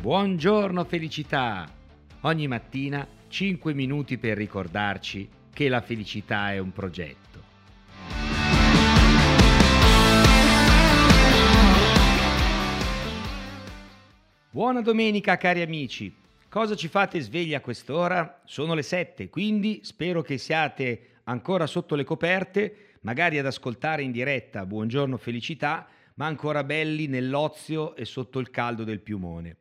Buongiorno felicità! Ogni mattina 5 minuti per ricordarci che la felicità è un progetto. Buona domenica cari amici! Cosa ci fate svegli a quest'ora? Sono le 7, quindi spero che siate ancora sotto le coperte, magari ad ascoltare in diretta Buongiorno felicità, ma ancora belli nell'ozio e sotto il caldo del piumone.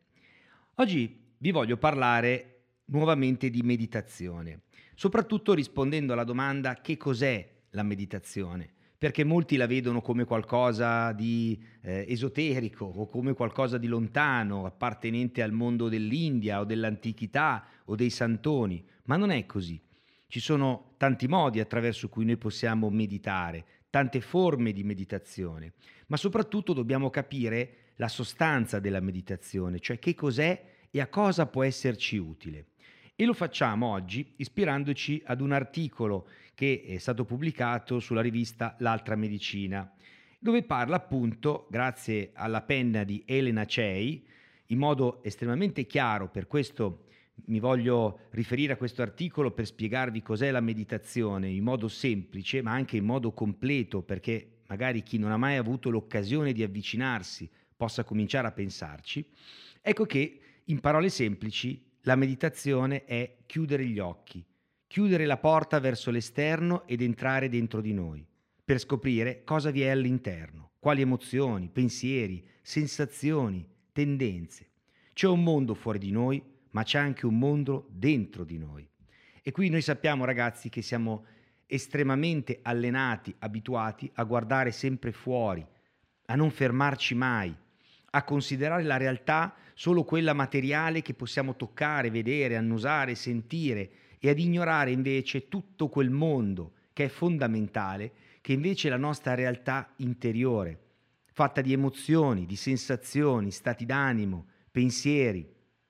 Oggi vi voglio parlare nuovamente di meditazione, soprattutto rispondendo alla domanda che cos'è la meditazione, perché molti la vedono come qualcosa di esoterico o come qualcosa di lontano, appartenente al mondo dell'India o dell'antichità o dei santoni, ma non è così. Ci sono tanti modi attraverso cui noi possiamo meditare, tante forme di meditazione, ma soprattutto dobbiamo capire la sostanza della meditazione, cioè che cos'è e a cosa può esserci utile. E lo facciamo oggi ispirandoci ad un articolo che è stato pubblicato sulla rivista L'Altra Medicina, dove parla appunto, grazie alla penna di Elena Cei, in modo estremamente chiaro. Per questo mi voglio riferire a questo articolo per spiegarvi cos'è la meditazione in modo semplice, ma anche in modo completo, perché magari chi non ha mai avuto l'occasione di avvicinarsi possa cominciare a pensarci. Ecco che, in parole semplici, la meditazione è chiudere gli occhi, chiudere la porta verso l'esterno ed entrare dentro di noi, per scoprire cosa vi è all'interno, quali emozioni, pensieri, sensazioni, tendenze. C'è un mondo fuori di noi, ma c'è anche un mondo dentro di noi. E qui noi sappiamo, ragazzi, che siamo estremamente allenati, abituati a guardare sempre fuori, a non fermarci mai, a considerare la realtà solo quella materiale che possiamo toccare, vedere, annusare, sentire, e ad ignorare invece tutto quel mondo che è fondamentale, che invece è la nostra realtà interiore, fatta di emozioni, di sensazioni, stati d'animo, pensieri,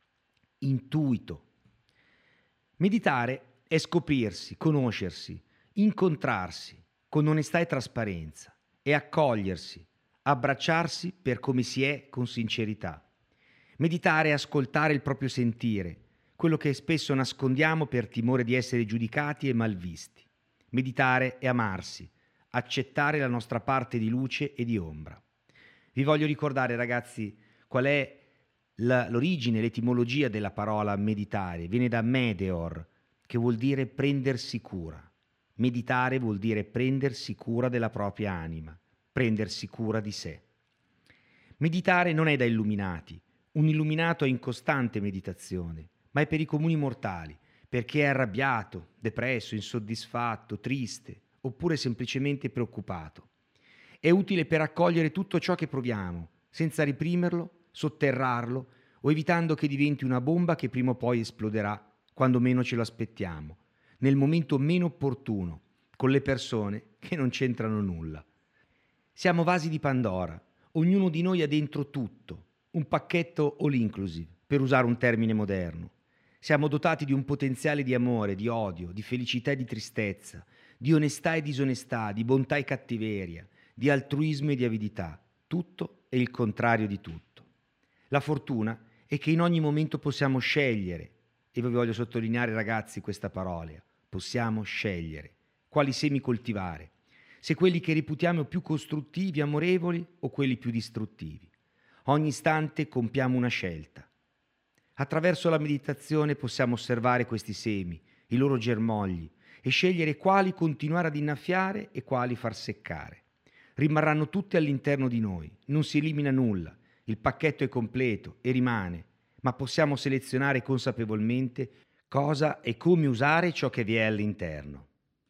intuito. Meditare è scoprirsi, conoscersi, incontrarsi con onestà e trasparenza e accogliersi, abbracciarsi per come si è con sincerità. Meditare è ascoltare il proprio sentire, quello che spesso nascondiamo per timore di essere giudicati e malvisti. Meditare è amarsi, accettare la nostra parte di luce e di ombra. Vi voglio ricordare, ragazzi, qual è l'origine, l'etimologia della parola meditare. Viene da medeor, che vuol dire prendersi cura. Meditare vuol dire prendersi cura della propria anima, prendersi cura di sé. Meditare non è da illuminati. Un illuminato è in costante meditazione, ma è per i comuni mortali, perché è arrabbiato, depresso, insoddisfatto, triste, oppure semplicemente preoccupato. È utile per accogliere tutto ciò che proviamo, senza reprimerlo, sotterrarlo o evitando che diventi una bomba che prima o poi esploderà quando meno ce lo aspettiamo, nel momento meno opportuno, con le persone che non c'entrano nulla. Siamo vasi di Pandora, ognuno di noi ha dentro tutto, un pacchetto all inclusive, per usare un termine moderno. Siamo dotati di un potenziale di amore, di odio, di felicità e di tristezza, di onestà e disonestà, di bontà e cattiveria, di altruismo e di avidità. Tutto è il contrario di tutto. La fortuna è che in ogni momento possiamo scegliere, e vi voglio sottolineare, ragazzi, questa parola, possiamo scegliere quali semi coltivare, se quelli che reputiamo più costruttivi, amorevoli o quelli più distruttivi. Ogni istante compiamo una scelta. Attraverso la meditazione possiamo osservare questi semi, i loro germogli, e scegliere quali continuare ad innaffiare e quali far seccare. Rimarranno tutti all'interno di noi, non si elimina nulla, il pacchetto è completo e rimane, ma possiamo selezionare consapevolmente cosa e come usare ciò che vi è all'interno.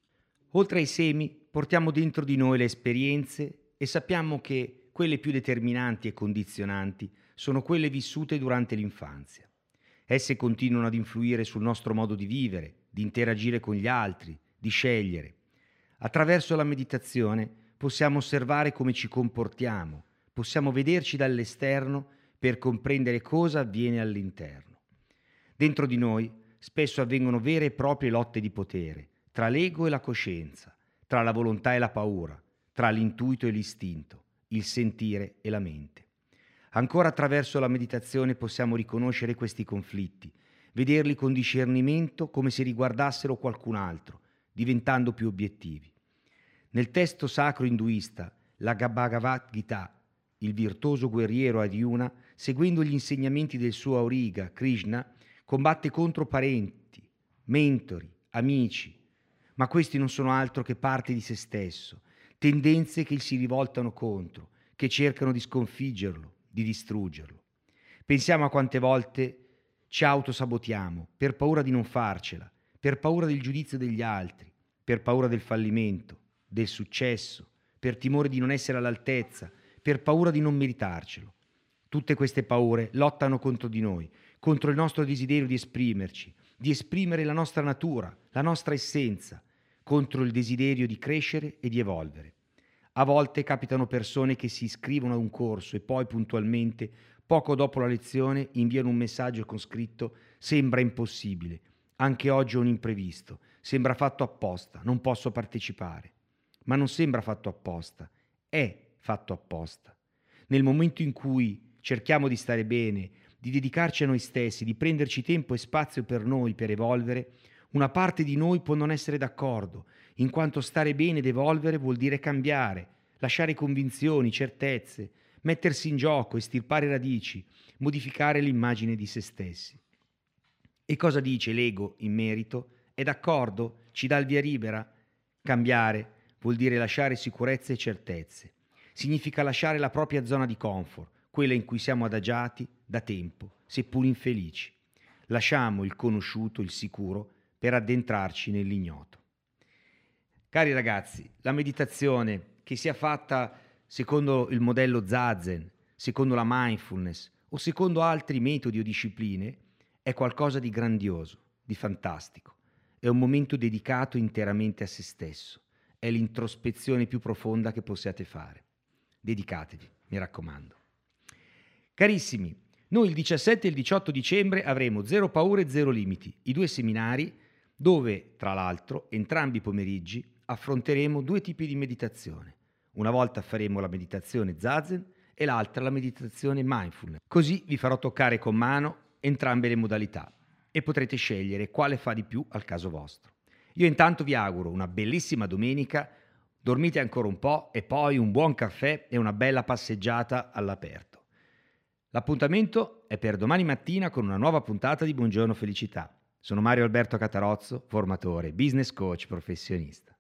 Oltre ai semi, portiamo dentro di noi le esperienze e sappiamo che quelle più determinanti e condizionanti sono quelle vissute durante l'infanzia. Esse continuano ad influire sul nostro modo di vivere, di interagire con gli altri, di scegliere. Attraverso la meditazione possiamo osservare come ci comportiamo, possiamo vederci dall'esterno per comprendere cosa avviene all'interno. Dentro di noi spesso avvengono vere e proprie lotte di potere, tra l'ego e la coscienza, tra la volontà e la paura, tra l'intuito e l'istinto, il sentire e la mente. Ancora attraverso la meditazione possiamo riconoscere questi conflitti, vederli con discernimento come se riguardassero qualcun altro, diventando più obiettivi. Nel testo sacro induista, la Bhagavad Gita, il virtuoso guerriero Arjuna, seguendo gli insegnamenti del suo auriga, Krishna, combatte contro parenti, mentori, amici, ma questi non sono altro che parte di se stesso, tendenze che gli si rivoltano contro, che cercano di sconfiggerlo, di distruggerlo. Pensiamo a quante volte ci autosabotiamo per paura di non farcela, per paura del giudizio degli altri, per paura del fallimento, del successo, per timore di non essere all'altezza, per paura di non meritarcelo. Tutte queste paure lottano contro di noi, contro il nostro desiderio di esprimerci, di esprimere la nostra natura, la nostra essenza, contro il desiderio di crescere e di evolvere. A volte capitano persone che si iscrivono a un corso e poi puntualmente, poco dopo la lezione, inviano un messaggio con scritto «Sembra impossibile, anche oggi ho un imprevisto, sembra fatto apposta, non posso partecipare». Ma non sembra fatto apposta, è fatto apposta. Nel momento in cui cerchiamo di stare bene, di dedicarci a noi stessi, di prenderci tempo e spazio per noi, per evolvere, una parte di noi può non essere d'accordo, in quanto stare bene ed evolvere vuol dire cambiare, lasciare convinzioni, certezze, mettersi in gioco, estirpare radici, modificare l'immagine di se stessi. E cosa dice l'ego in merito? È d'accordo? Ci dà il via libera? Cambiare vuol dire lasciare sicurezze e certezze. Significa lasciare la propria zona di comfort, quella in cui siamo adagiati da tempo, seppur infelici. Lasciamo il conosciuto, il sicuro, per addentrarci nell'ignoto. Cari ragazzi, la meditazione, che sia fatta secondo il modello Zazen, secondo la mindfulness o secondo altri metodi o discipline, è qualcosa di grandioso, di fantastico. È un momento dedicato interamente a se stesso. È l'introspezione più profonda che possiate fare. Dedicatevi, mi raccomando. Carissimi, noi il 17 e il 18 dicembre avremo Zero Paure e Zero Limiti, i 2 seminari dove, tra l'altro, entrambi i pomeriggi affronteremo 2 tipi di meditazione. Una volta faremo la meditazione Zazen e l'altra la meditazione Mindfulness. Così vi farò toccare con mano entrambe le modalità e potrete scegliere quale fa di più al caso vostro. Io intanto vi auguro una bellissima domenica, dormite ancora un po' e poi un buon caffè e una bella passeggiata all'aperto. L'appuntamento è per domani mattina con una nuova puntata di Buongiorno Felicità. Sono Mario Alberto Catarozzo, formatore, business coach professionista.